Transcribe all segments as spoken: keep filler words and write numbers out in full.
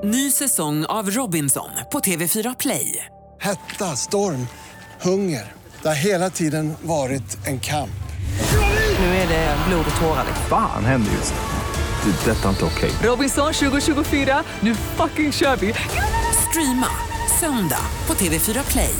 Ny säsong av Robinson på T V fyra Play. Hetta, storm, hunger. Det har hela tiden varit en kamp. Nu är det blod och tårar. Fan händer just det. Det är detta inte okej. Robinson tjugo tjugofyra, nu fucking kör vi. Streama söndag på T V fyra Play.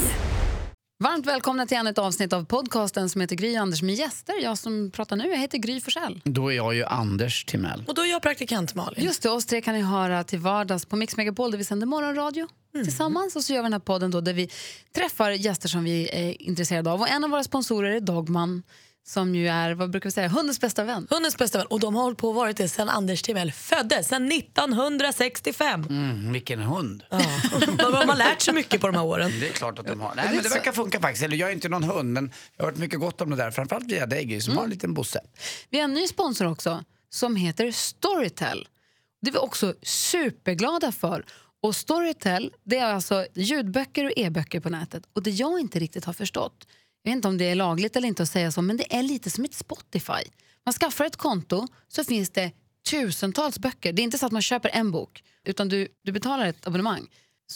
Varmt välkomna till ett avsnitt av podcasten som heter Gry Anders med gäster. Jag som pratar nu, jag heter Gry Forssell. Då är jag ju Anders Timell. Och då är jag praktikant Malin. Just det, oss tre kan ni höra till vardags på Mix Megapol där vi sänder morgonradio mm. tillsammans. Och så gör vi den här podden då där vi träffar gäster som vi är intresserade av. Och en av våra sponsorer är Dogman. Som ju är, vad brukar vi säga, hundens bästa vän. Hundens bästa vän. Och de har hållit på och varit det sedan Anders Timell föddes, sedan nittonhundrasextiofem. Mm, vilken hund. Ja. De har lärt sig mycket på de här åren. Det är klart att de har. Nej, men det verkar funka faktiskt. Eller jag är inte någon hund, men jag har hört mycket gott om det där. Framförallt via dig, som mm. har en liten bosse. Vi har en ny sponsor också som heter Storytel. Det är vi också superglada för. Och Storytel, det är alltså ljudböcker och e-böcker på nätet. Och det jag inte riktigt har förstått, jag vet inte om det är lagligt eller inte att säga så, men det är lite som ett Spotify. Man skaffar ett konto så finns det tusentals böcker. Det är inte så att man köper en bok, utan du, du betalar ett abonnemang.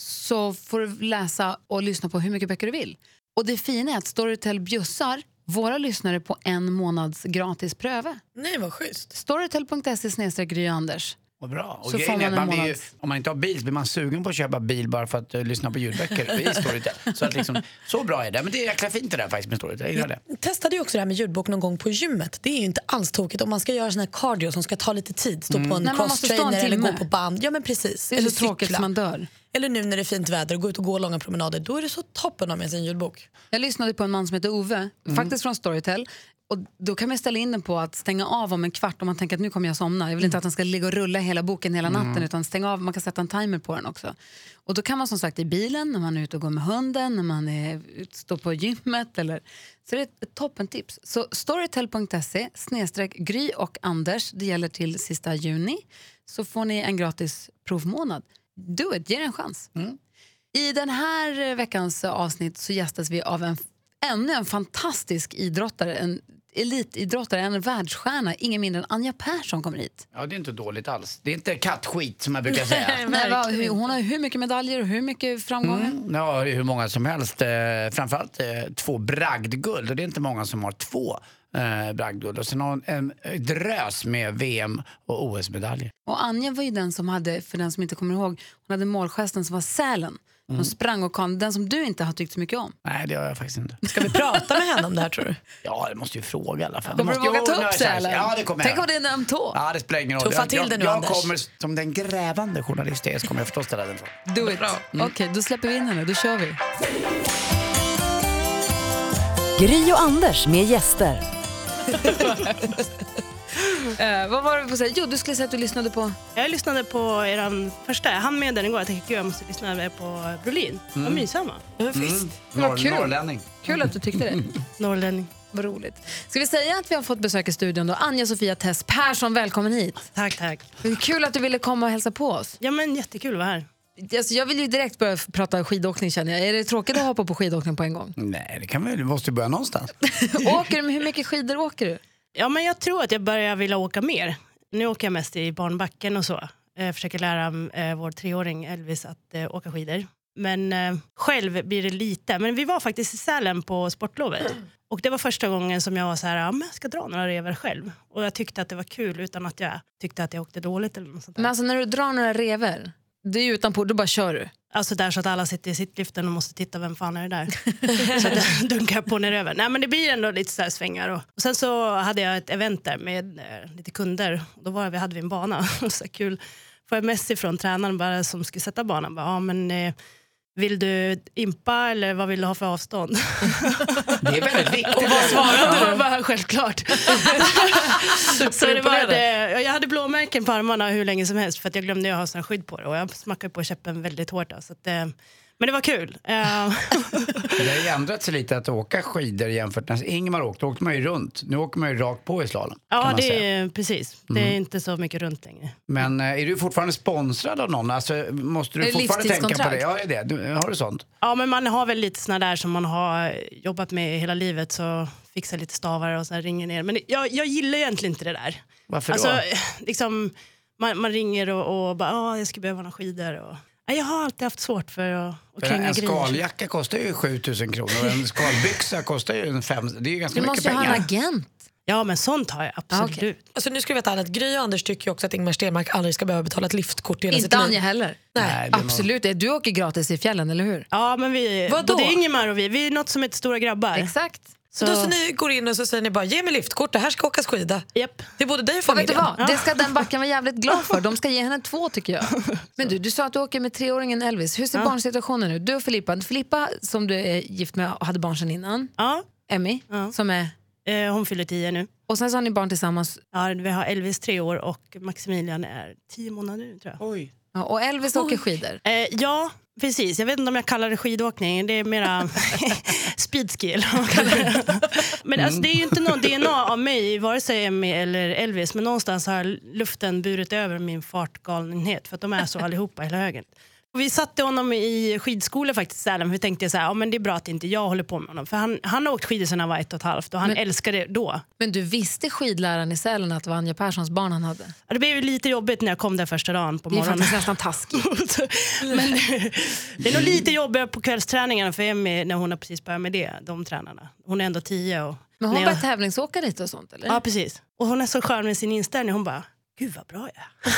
Så får du läsa och lyssna på hur mycket böcker du vill. Och det fina är att Storytel bjussar våra lyssnare på en månads gratis pröve. Nej, vad schysst. Storytel punkt se slash Gry Anders. Vad bra. Och så får man är, man blir ju, månads... om man inte har bil så blir man sugen på att köpa bil bara för att uh, lyssna på ljudböcker i Storytel. Så, att liksom, så bra är det. Men det är jäkla fint det där faktiskt med Storytel. Jag, jag testade ju också det här med ljudbok någon gång på gymmet. Det är ju inte alls tokigt om man ska göra sån här cardio som ska ta lite tid. Stå mm. på en Nej, crosstrainer eller gå på band. Ja, men precis. Det är eller så tråkigt som man dör. Eller nu när det är fint väder och gå ut och gå långa promenader. Då är det så toppen av med sin ljudbok. Jag lyssnade på en man som heter Ove, mm. faktiskt från Storytel. Och då kan man ställa in den på att stänga av om en kvart om man tänker att nu kommer jag somna. Jag vill inte att den ska ligga och rulla hela boken hela natten mm. utan stänga av, man kan sätta en timer på den också. Och då kan man som sagt i bilen, när man är ute och går med hunden, när man är ute, står på gymmet eller... Så det är ett, ett toppentips. Så storytel punkt se snedstreck Gry och Anders, det gäller till sista juni. Så får ni en gratis provmånad. Do it, ge en chans. Mm. I den här veckans avsnitt så gästas vi av en ännu en fantastisk idrottare, en elitidrottare, en världsstjärna, ingen mindre än Anja Persson kommer hit. Ja, det är inte dåligt alls. Det är inte kattskit som jag brukar säga. Nej, va, hon har hur mycket medaljer och hur mycket framgångar? Mm, ja, hur många som helst. Eh, framförallt eh, två bragdguld. Och det är inte många som har två eh, bragdguld. Och sen har hon en drös med V M och O S-medaljer. Och Anja var ju den som hade, för den som inte kommer ihåg, hon hade målgesten som var sälen. Hon mm. sprang och kan, den som du inte har tyckt så mycket om. Nej, det har jag faktiskt inte. Ska vi prata med henne om det här, tror du? Ja, det måste ju fråga i alla fall. Kommer du våga ta upp sälen? Ja, det kommer jag. Tänk om det är en öm tå. Ja, det spelar ingen roll. Tuffa till jag, det nu, jag, Anders. jag kommer som den grävande journalist jag är, så kommer jag förstås ställa den frågan. Do it. Mm. Okej, okay, då släpper vi in henne. Då kör vi. Gry och Anders med gäster. Uh, vad var det på säga? Jo, du skulle säga att du lyssnade på... Jag lyssnade på eran första. Jag hann med den igår. Jag tänkte gud, jag måste lyssna på Brolin. Mm. Vad mysamma. Ja, visst. Mm. Vad kul. Norrlänning. Kul att du tyckte det. Norrlänning. Vad roligt. Ska vi säga att vi har fått besök i studion då? Anja Sofia Tess Persson, välkommen hit. Tack, tack. Det är kul att du ville komma och hälsa på oss. Ja, men jättekul att vara här. Alltså, jag vill ju direkt börja prata skidåkning, känner jag. Är det tråkigt att hoppa på skidåkning på en gång? Nej, det kan vi, du måste börja någonstans. Åker du? Hur mycket skidor åker du? Ja, men jag tror att jag börjar vilja åka mer. Nu åker jag mest i barnbacken och så. Jag försöker lära eh, vår treåring Elvis att eh, åka skidor. Men eh, själv blir det lite. Men vi var faktiskt i Sälen på sportlovet. Och det var första gången som jag var så här, ja, men jag ska dra några rever själv. Och jag tyckte att det var kul utan att jag tyckte att jag åkte dåligt eller något sånt där. Men alltså när du drar några rever, det är ju utanpå, då bara kör du. Alltså där så att alla sitter i sittliften och måste titta vem fan är det där. Så att jag dunkar på ner över. Nej, men det blir ändå lite så här svängar. Och, och sen så hade jag ett event där med eh, lite kunder. Och då var vi, hade vi en bana. Och så kul. Får jag mess ifrån tränaren bara som skulle sätta banan. Bara, ja, men eh, vill du impa eller vad vill du ha för avstånd? Det är väldigt viktigt. Och vad svarade? Det var bara självklart. Så det var det, jag hade blåmärken på armarna hur länge som helst för att jag glömde att ha sån skydd på det. Och jag smackade på käppen väldigt hårt. Då, så att, men det var kul. Det har ju ändrat sig lite att åka skidor jämfört när Ingmar åkte. Då åkte man ju runt. Nu åker man ju rakt på i slalom. Ja, det är precis. Det är mm. inte så mycket runt längre. Men är du fortfarande sponsrad av någon? Alltså, måste du fortfarande tänka på det? Ja, är det. Du, har du sånt? Ja, men man har väl lite såna där som man har jobbat med hela livet. Så fixar lite stavar och så ringer ner. Men jag, jag gillar egentligen inte det där. Varför alltså, då? Liksom... Man, man ringer och, och bara, ja, jag ska behöva några skidor. Och, ja, jag har alltid haft svårt för att, att för kränga en grejer. skaljacka kostar ju sjutusen kronor och en skalbyxa kostar ju en fem. Det är ju ganska Du mycket måste pengar. ha en agent. Ja, men sånt har jag absolut. Ah, okay. Alltså, nu ska vi veta att Gry och Anders tycker ju också att Ingmar Stenmark aldrig ska behöva betala ett liftkort i hela sitt Inte liv. Anja heller. Nej. Nej, det är nog- Absolut, du åker gratis i fjällen, eller hur? Ja, men vi, Vadå? både Ingemar och vi, vi är något som heter stora grabbar. Exakt. Så då så ni går in och så säger ni bara, ge mig liftkort, det här ska åkas skida. Japp. Det är både dig och Och vet du familjen. vad? Det ska den backen vara jävligt glad för. De ska ge henne två, tycker jag. Men du, du sa att du åker med treåringen Elvis. Hur ser Ja. barnsituationen ut? Du och Filippa. Filippa, som du är gift med och hade barn sedan innan. Ja, Emmy, Ja. som är... eh, hon fyller tio nu. Och sen så har ni barn tillsammans. Ja, vi har Elvis tre år och Maximilian är tio månader nu, tror jag. Oj. Ja, och Elvis åker skidor. Eh, ja, precis. Jag vet inte om jag kallar det skidåkning. Det är mera speedskill. Men alltså, det är ju inte någon D N A av mig, vare sig Emmy eller Elvis. Men någonstans har luften burit över min fartgalenhet. För att de är så allihopa hela högen. Och vi satte honom i skidskola faktiskt. För vi tänkte så här, ja, men det är bra att inte jag håller på med honom. För han, han har åkt skidor sedan han var ett och ett halvt. Och han Men- älskade det då. Men du visste skidläraren i Sälen att det var Anja Perssons barn han hade? Ja, det blev ju lite jobbigt när jag kom där första dagen på Det är morgonen. faktiskt nästan taskigt. Men det är nog lite jobbigare på kvällsträningarna för Emmy när hon har precis börjat med det, de tränarna. Hon är ändå tio. Och Men hon när jag- började tävlingsåka lite och sånt, eller? Ja, precis. Och hon är så skön med sin inställning. Hon bara, gud vad bra jag är.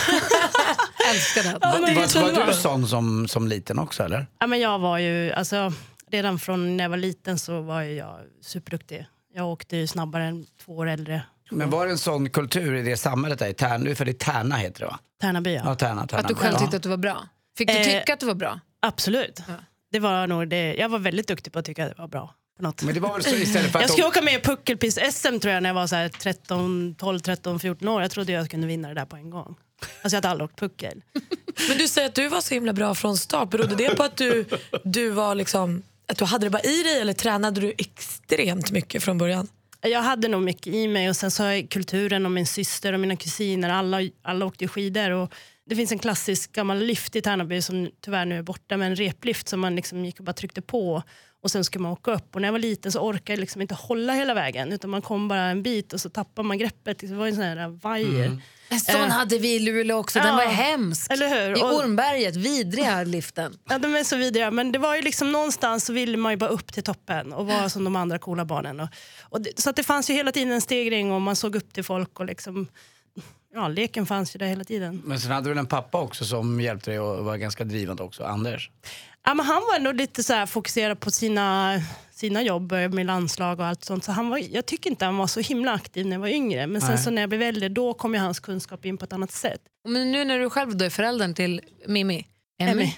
Älskar det. Ja, men det är så Var, var bra. du sån som, som liten också, eller? Ja, men jag var ju, alltså, redan från när jag var liten så var ju jag superduktig. Jag åkte ju snabbare än två år äldre. Men var det en sån kultur i det samhället där i Tärna? För det är Tärna heter det, va? Tärnaby, ja. Ja, Tärna, Tärna. Att du själv Ja. tyckte att du var bra. Fick du Eh, tycka att du var bra? Absolut. Ja. Det var nog det. Jag var väldigt duktig på att tycka att det var bra. På något. Men det var väl så istället för att Jag skulle de... åka med i puckelpist-S M tror jag när jag var så här tretton, tolv, tretton, fjorton år. Jag trodde jag kunde vinna det där på en gång. Alltså jag hade aldrig åkt puckel. Men du säger att du var så himla bra från start. Berodde det på att du, du var liksom, att du hade det bara i dig, eller tränade du extremt mycket från början? Jag hade nog mycket i mig och sen så har jag kulturen och min syster och mina kusiner. Alla, alla åkte ju skidor och det finns en klassisk gammal lift i Tärnaby som tyvärr nu är borta, med en replift som man liksom gick och bara tryckte på och sen ska man åka upp. Och när jag var liten så orkade jag liksom inte hålla hela vägen utan man kom bara en bit och så tappar man greppet. Det var en sån här vajer. Mm. En sån Eh. hade vi i Luleå också. Den Ja. var hemsk. Eller hur? I Och- Ormberget, vidriga liften. Ja, de är så vidriga, men det var ju liksom någonstans så ville man ju bara upp till toppen och vara som de andra coola barnen. Och, och det, så att det fanns ju hela tiden en stegring och man såg upp till folk och liksom, ja, leken fanns ju där hela tiden. Men sen hade du väl en pappa också som hjälpte dig och var ganska drivande också, Anders. Ja, men han var nog lite så här fokuserad på sina, sina jobb med landslag och allt sånt. Så han var, jag tycker inte han var så himla aktiv när jag var yngre. Men sen Nej. så när jag blev äldre, då kom ju hans kunskap in på ett annat sätt. Men nu när du själv då är föräldern till Mimmi, Emmy. Emmy.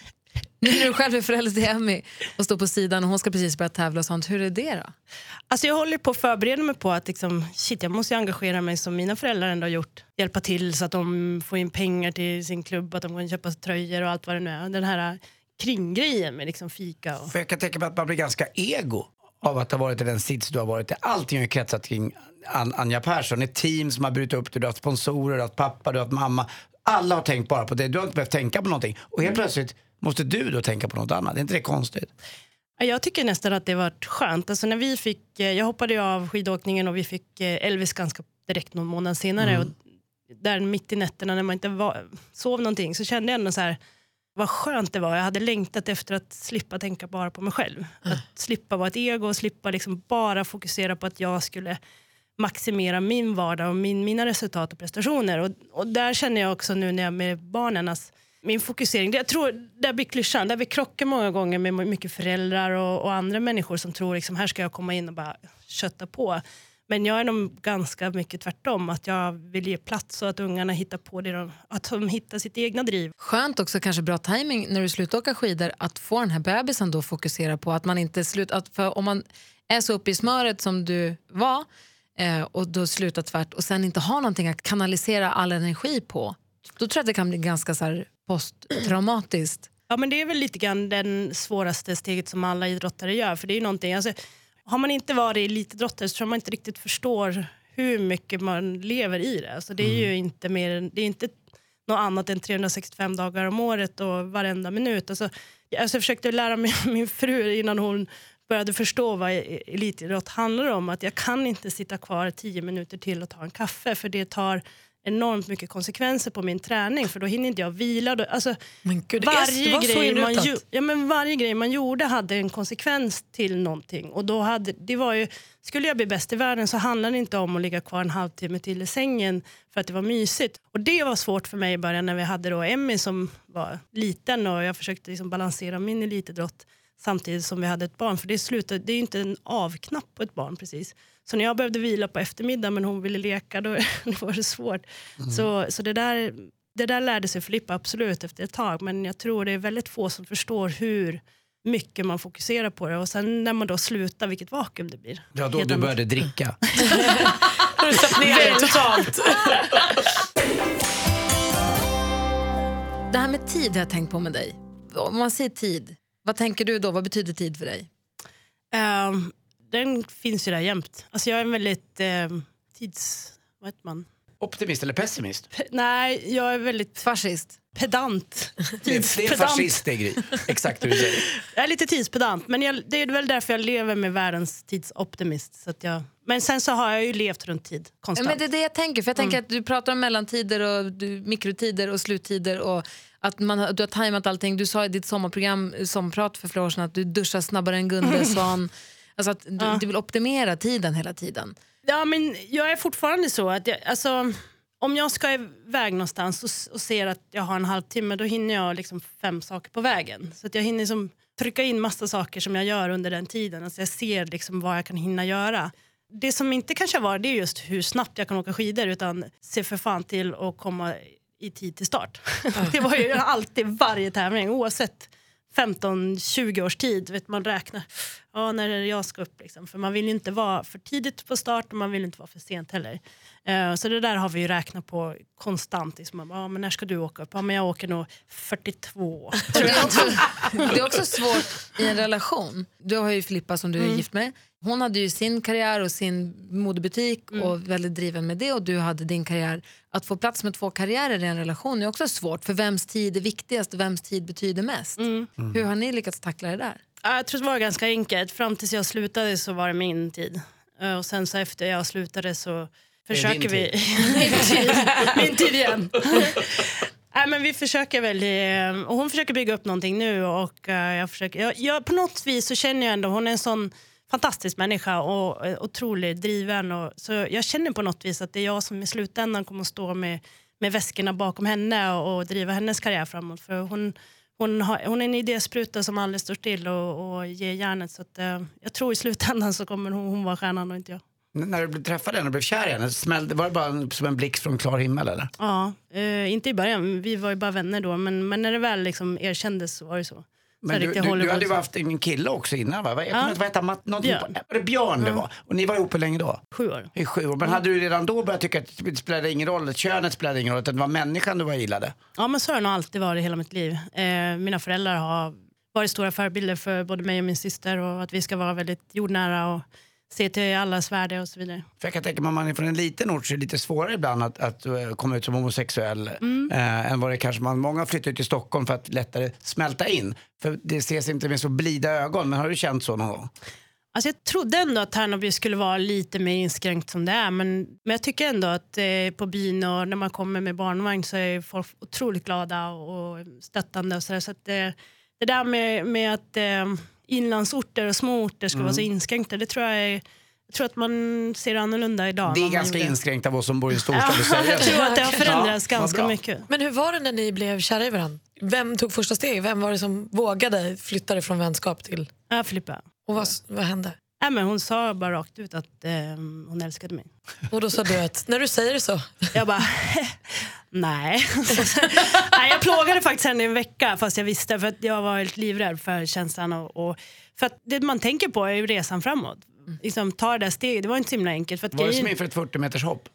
Nu när du själv är förälder till Emmy och står på sidan och hon ska precis börja tävla och sånt, hur är det då? Alltså jag håller på att förbereda mig på att liksom, shit, jag måste ju engagera mig som mina föräldrar ändå har gjort. Hjälpa till så att de får in pengar till sin klubb, att de kan köpa tröjor och allt vad det nu är. Den här kringgrejen med liksom fika. Och... För jag kan tänka mig att man blir ganska ego av att ha varit i den sits du har varit i. Allting har ju kretsat kring An- Anja Persson. Ett team som har brutit upp det. Du har haft sponsorer, du har haft pappa, du har haft mamma. Alla har tänkt bara på det. Du har inte behövt tänka på någonting. Och helt plötsligt måste du då tänka på något annat. Är inte det konstigt? Ja, jag tycker nästan att det var skönt. Alltså när vi fick, eh, jag hoppade ju av skidåkningen och vi fick eh, Elvis ganska direkt någon månad senare. Mm. Och där mitt i nätterna när man inte var, sov någonting så kände jag ändå så här, vad skönt det var. Jag hade längtat efter att slippa tänka bara på mig själv. Att slippa vara ett ego och slippa liksom bara fokusera på att jag skulle maximera min vardag och min, mina resultat och prestationer. Och, och där känner jag också nu när jag är med barnen att min fokusering, det, jag tror där blir klyschan, där vi krockar många gånger med mycket föräldrar och, och andra människor som tror liksom, här ska jag komma in och bara kötta på. Men jag är nog ganska mycket tvärtom, att jag vill ge plats så att ungarna hittar på det, de, att de hittar sitt egna driv. Skönt också, kanske bra timing när du slutar åka skidor, att få den här bebisen då fokusera på att man inte slutar, att för om man är så uppe i smöret som du var eh, och då slutar tvärt och sen inte har någonting att kanalisera all energi på, då tror jag att det kan bli ganska så här posttraumatiskt. Ja, men det är väl lite grann den svåraste steget som alla idrottare gör, för det är ju någonting, alltså, har man inte varit elitidrottare så tror man inte riktigt förstår hur mycket man lever i det. Alltså, det är ju inte mer än, det är inte något annat än trehundrasextiofem dagar om året och varenda minut. Alltså, alltså jag försökte lära mig min fru innan hon började förstå vad elitidrott handlar om, att jag kan inte sitta kvar tio minuter till och ta en kaffe, för det tar enormt mycket konsekvenser på min träning, för då hinner inte jag vila. Då, alltså, men gud, varje, det var grej så man ju, ja, men varje grej man gjorde hade en konsekvens till någonting. Och då hade, det var ju, skulle jag bli bäst i världen så handlade det inte om att ligga kvar en halvtimme till i sängen för att det var mysigt. Och det var svårt för mig i början när vi hade då Emmy som var liten och jag försökte liksom balansera min elitidrott samtidigt som vi hade ett barn. För det slutade, det är ju inte en avknapp på ett barn precis. Så när jag behövde vila på eftermiddagen men hon ville leka, då var det svårt. Mm. Så, så det, där, det där lärde sig Filippa absolut efter ett tag. Men jag tror det är väldigt få som förstår hur mycket man fokuserar på det. Och sen när man då slutar, vilket vakuum det blir. Ja, då du började dricka. Har du satt ner det totalt? Det här med tid har jag tänkt på med dig. Om man säger tid, vad tänker du då? Vad betyder tid för dig? Um, den finns ju där jämt. Alltså jag är en väldigt uh, tids... Vad heter man? Optimist eller pessimist? Pe- nej, jag är väldigt... Fascist. Pedant. Det är fascist, det är grej. Exakt det du säger. Jag är lite tidspedant, men jag, det är väl därför jag lever med världens tidsoptimist. Så att jag, men sen så har jag ju levt runt tid konstant. Ja, men det är det jag tänker, för jag tänker Mm. att du pratar om mellantider och du, mikrotider och sluttider och att man, har- du har tajmat allting. Du sa i ditt sommarprogram, sommarprat för flera år sedan, att du duschar snabbare än Gunde Svan. Alltså att du, Ja. du vill optimera tiden hela tiden. Ja, men jag är fortfarande så att jag, alltså, om jag ska iväg någonstans och, och ser att jag har en halvtimme, då hinner jag liksom fem saker på vägen. Så att jag hinner liksom trycka in massa saker som jag gör under den tiden. Alltså jag ser liksom vad jag kan hinna göra. Det som inte kanske var, det är just hur snabbt jag kan åka skidor, utan se för fan till att komma i tid till start. Det var ju alltid varje tävling, oavsett femton tjugo års tid, vet man räknar. Ja, när är det jag ska upp liksom. För man vill ju inte vara för tidigt på start och man vill inte vara för sent heller. Uh, så det där har vi ju räknat på konstant. Liksom. Ja, men när ska du åka upp? Ja, men jag åker nog fyrtiotvå. Det är, också, det är också svårt i en relation. Du har ju Filippa som du är Mm. gift med. Hon hade ju sin karriär och sin modebutik Mm. och väldigt driven med det, och du hade din karriär. Att få plats med två karriärer i en relation är också svårt, för vems tid är viktigast och vems tid betyder mest. Mm. Hur har ni lyckats tackla det där? Ja, jag tror det var ganska enkelt. Fram tills jag slutade så var det min tid. Uh, och sen så efter jag slutade så försöker din vi... min, tid. min tid igen. Nej, men vi försöker väl, eh, och hon försöker bygga upp någonting nu och eh, jag försöker, jag, jag, på något vis så känner jag ändå, hon är en sån fantastisk människa och eh, otroligt driven, och så jag känner på något vis att det är jag som i slutändan kommer att stå med, med väskorna bakom henne och, och driva hennes karriär framåt, för hon, hon, har, hon är en idéspruta som aldrig står still och, och ger järnet, så att, eh, jag tror i slutändan så kommer hon, hon vara stjärnan och inte jag. N- när du träffade henne och blev kär i henne, smällde, var det bara en, som en blixt från klar himmel eller? Ja, eh, inte i början. Vi var ju bara vänner då. Men, men när det väl liksom erkändes så var det så. Men du, du, du hade ju haft en kille också innan, va? Jag kommer Ja. inte veta, Matt- någonting Björn. på, var det Björn det Ja. var? Och ni var ihop hur länge då? Sju år. I sju år. Men hade du redan då börjat tycka att det spelade ingen roll, att könet spelade ingen roll, utan det var människan du var gillade? Ja, men så har det nog alltid varit hela mitt liv. Eh, mina föräldrar har varit stora förebilder för både mig och min syster, och att vi ska vara väldigt jordnära och se till allas värde och så vidare. För jag kan tänka mig, om man är från en liten ort så är det lite svårare ibland att, att uh, komma ut som homosexuell Mm. eh, än vad det kanske man, många flyttar ut till Stockholm för att lättare smälta in. För det ses inte med så blida ögon, men har du känt så någon gång? Alltså jag trodde ändå att Tärnaby skulle vara lite mer inskränkt som det är, men, men jag tycker ändå att eh, på byn och när man kommer med barnvagn så är folk otroligt glada och stöttande och så där. Så att eh, det där med, med att eh, inlandsorter och småorter ska Mm. vara så inskränkta, det tror jag är, jag tror att man ser annorlunda idag. Det än är vad man ganska gjorde. inskränkt av oss som bor i en storstad och Ja, säger jag tror att det har förändrats Ja, vad ganska bra. mycket. Men hur var det när ni blev kära i varandra? Vem tog första steg? Vem var det som vågade flytta det från vänskap till... Ja, Filippa. Och vad, vad hände? Ja, men hon sa bara rakt ut att eh, hon älskade mig. Och då sa du att när du säger det så... Jag bara, nej. nej. Jag plågade faktiskt henne i en vecka, fast jag visste, för att jag var helt livrädd för känslan. Och, och, för att det man tänker på är ju resan framåt. Liksom, ta det där steget, det var inte så himla enkelt. För att Var det grejen- som inför ett fyrtio meters hopp?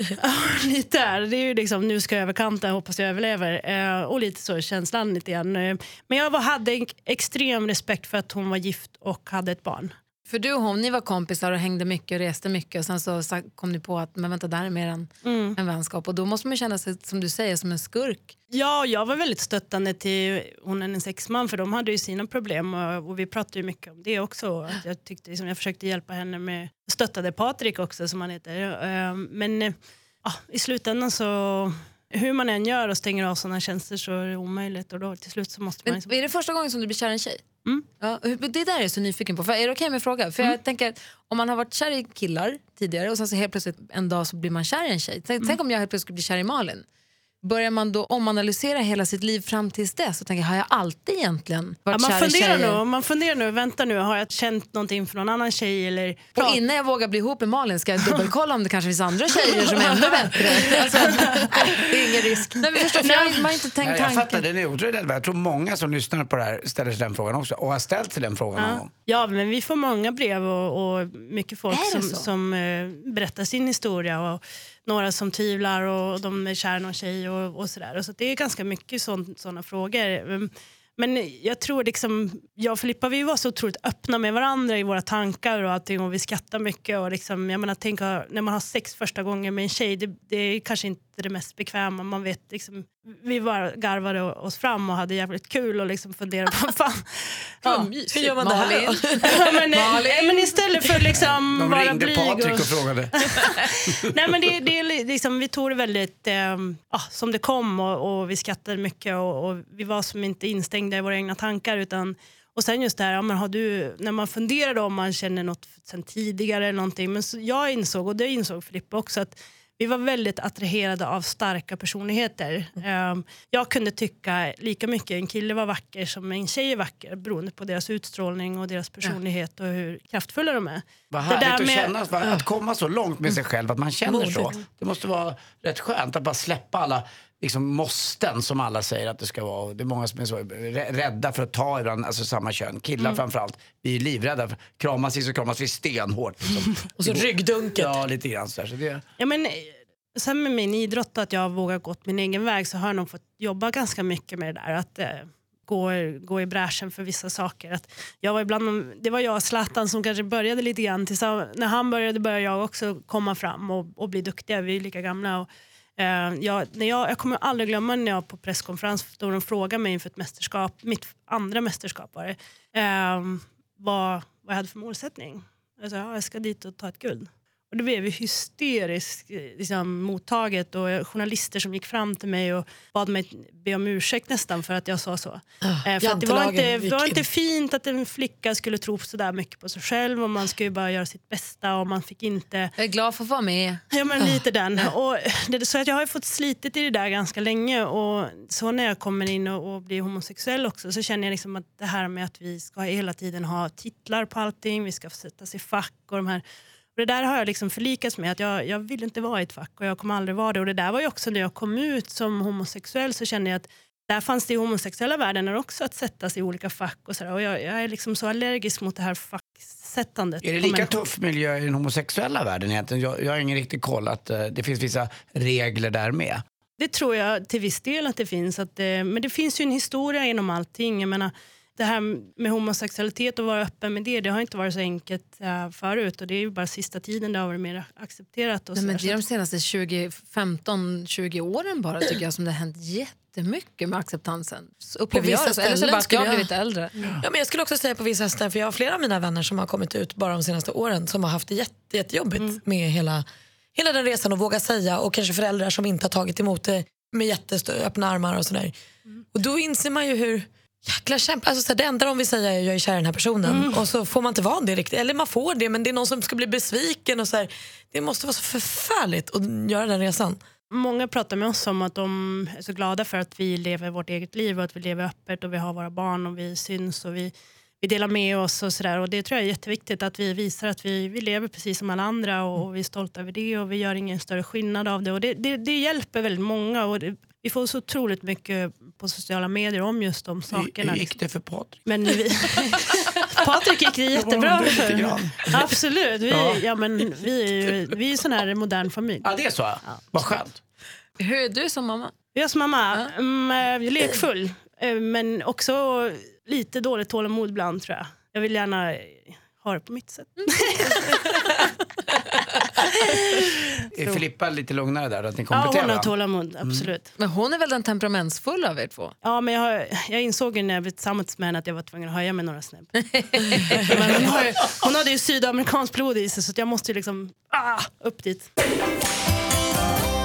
lite är det är ju liksom, nu ska jag över kanten, hoppas jag överlever, eh, och lite så känslan lite grann. Eh, men jag var, hade en extrem respekt för att hon var gift och hade ett barn. För du och hon, ni var kompisar och hängde mycket och reste mycket, och sen så sa- kom ni på att men vänta, där är mer än Mm. en vänskap, och då måste man känna sig, som du säger, som en skurk. Ja, jag var väldigt stöttande till hon är en sexman, för de hade ju sina problem, och, och vi pratade ju mycket om det också. Att jag tyckte liksom, jag försökte hjälpa henne med, stöttade Patrik också som han heter. Eh, men eh, ja, i slutändan så... Hur man än gör och stänger av sådana tjänster så är det omöjligt. Och då till slut så måste man... Men, är det första gången som du blir kär i en tjej? Mm. Ja, det där är jag så nyfiken på. För är det okej okay med fråga? För mm. jag tänker att om man har varit kär i killar tidigare och sen så helt plötsligt en dag så blir man kär i en tjej. Tänk, mm. tänk om jag helt plötsligt skulle bli kär i Malin. Börjar man då omanalysera hela sitt liv fram tills dess så tänker jag, har jag alltid egentligen varit ja, man kär i funderar tjejer? nu, man funderar nu, vänta nu, har jag känt någonting för någon annan tjej? Eller... Och innan jag vågar bli ihop med Malin ska jag dubbelkolla om det kanske finns andra tjejer som är ännu bättre. Alltså, det är ingen risk. Nej, vi förstår, för jag, man har inte tänkt jag, jag tanken. fattar, det är otroligt. Jag tror många som lyssnar på det här ställer sig den frågan också och har ställt sig den frågan ja. någon gång. Ja, men vi får många brev och, och mycket folk som, som eh, berättar sin historia och några som tvivlar och de är kär någon tjej och, och sådär. Så det är ganska mycket sådana frågor. Men jag tror liksom, jag och Filippa, vi var så otroligt öppna med varandra i våra tankar och allting, och vi skrattar mycket och liksom, jag menar, tänk när man har sex första gången med en tjej, det, det är kanske inte det mest bekväma, man vet liksom, vi var garvade oss fram och hade jävligt kul och liksom funderade på fan. Ja, hur gör man det här? Ja, men, men istället för liksom de vara ringde blyg Patrik och, och frågade. Nej, men det, det är liksom, vi tog det väldigt eh, ah, som det kom och, och vi skrattade mycket och, och vi var som inte instängda i våra egna tankar, utan och sen just det här, ja, men har du, när man funderar om man känner något sen tidigare eller någonting, men så jag insåg, och det insåg Filippa också, att vi var väldigt attraherade av starka personligheter. Um, jag kunde tycka lika mycket en kille var vacker som en tjej är vacker, beroende på deras utstrålning och deras personlighet och hur kraftfulla de är. Vad härligt det där att med, känna, att komma så långt med sig själv att man känner så. Det måste vara rätt skönt att bara släppa alla liksom måsten som alla säger att det ska vara. Det är många som är så rädda för att ta ibland, alltså samma kön. Killar mm. framförallt. Vi är livrädda för kramas i så kramas vi stenhårt. Liksom. Och så ryggdunket. Ja, lite grann så där. Så det... Ja, men sen med min idrott, att jag vågar gått min egen väg, så har jag nog fått jobba ganska mycket med det där. Att eh, gå, gå i bräschen för vissa saker. Att jag var ibland, det var jag och Zlatan som kanske började lite grann. När han började började jag också komma fram och, och bli duktiga. Vi är lika gamla och Uh, jag, när jag, jag kommer aldrig glömma när jag på presskonferens då de frågade mig inför ett mästerskap, mitt andra mästerskap var det, uh, vad, vad jag hade för målsättning. Jag sa, ja, jag ska dit och ta ett guld. Och det blev ju hysteriskt liksom, mottaget, och journalister som gick fram till mig och bad mig be om ursäkt nästan för att jag sa så. Oh, eh, för att det var inte, det var inte fint att en flicka skulle tro så där mycket på sig själv, och man skulle bara göra sitt bästa och man fick inte... Jag är glad för att vara med. Ja, men lite den. Och det, så att jag har ju fått slitit i det där ganska länge, och så när jag kommer in och, och blir homosexuell också, så känner jag liksom att det här med att vi ska hela tiden ha titlar på allting, vi ska sätta sig i fack och de här. Och det där har jag liksom förlikats med, att jag, jag vill inte vara i ett fack och jag kommer aldrig vara det. Och det där var ju också när jag kom ut som homosexuell, så kände jag att där fanns det i homosexuella världen också att sätta sig i olika fack och sådär. Och jag, jag är liksom så allergisk mot det här facksättandet. Är det lika tuff miljö i den homosexuella världen egentligen? Jag, jag har ingen riktigt koll att uh, det finns vissa regler där med. Det tror jag till viss del att det finns. Att, uh, men det finns ju en historia inom allting. Jag menar, det här med homosexualitet och vara öppen med det, det har inte varit så enkelt uh, förut, och det är ju bara sista tiden det har varit mer accepterat. Och Nej, så men där. det är de senaste tjugo, femton tjugo åren bara, tycker jag, som det har hänt jättemycket med acceptansen. Så upplever jag det så, eller så bara att jag har blivit äldre. Ja. Ja, men jag skulle också säga på vissa ställen, för jag har flera av mina vänner som har kommit ut bara de senaste åren som har haft det jätte, jättejobbigt mm. med hela, hela den resan, och våga säga, och kanske föräldrar som inte har tagit emot det med jätteöppna armar och sådär. Mm. Och då inser man ju hur jäkla kämpa. Alltså, så här, det enda de vill säga är att jag är kär i den här personen. Mm. Och så får man inte vara det riktigt. Eller man får det, men det är någon som ska bli besviken. Och så här. Det måste vara så förfärligt att göra den resan. Många pratar med oss om att de är så glada för att vi lever vårt eget liv, och att vi lever öppet, och vi har våra barn och vi syns och vi, vi delar med oss och sådär. Och det tror jag är jätteviktigt, att vi visar att vi, vi lever precis som alla andra, och, och vi är stolta över det, och vi gör ingen större skillnad av det. Och det, det, det hjälper väldigt många, och det, vi får så otroligt mycket på sociala medier om just de sakerna. Hur gick det för Patrik? Men vi, Patrik gick det jättebra för. Absolut. Vi, ja. Ja, men vi är ju vi är sån här modern familj. Ja, det är så. Ja. Vad skönt. Hur är du som mamma? Jag som mamma, ja. um, lekfull. Men också lite dåligt tålamod ibland, tror jag. Jag vill gärna ha det på mitt sätt. Är Filippa lite lugnare där, att ni ja, kompletterar? hon har tålamod, absolut. Mm. Men hon är väl den temperamentsfulla av er två? Ja, men jag, har, jag insåg ju när jag blev tillsammans med henne att jag var tvungen att höja med några snäpp. Men hon, har, hon hade ju sydamerikansk blod i sig, så jag måste ju liksom ah, upp dit.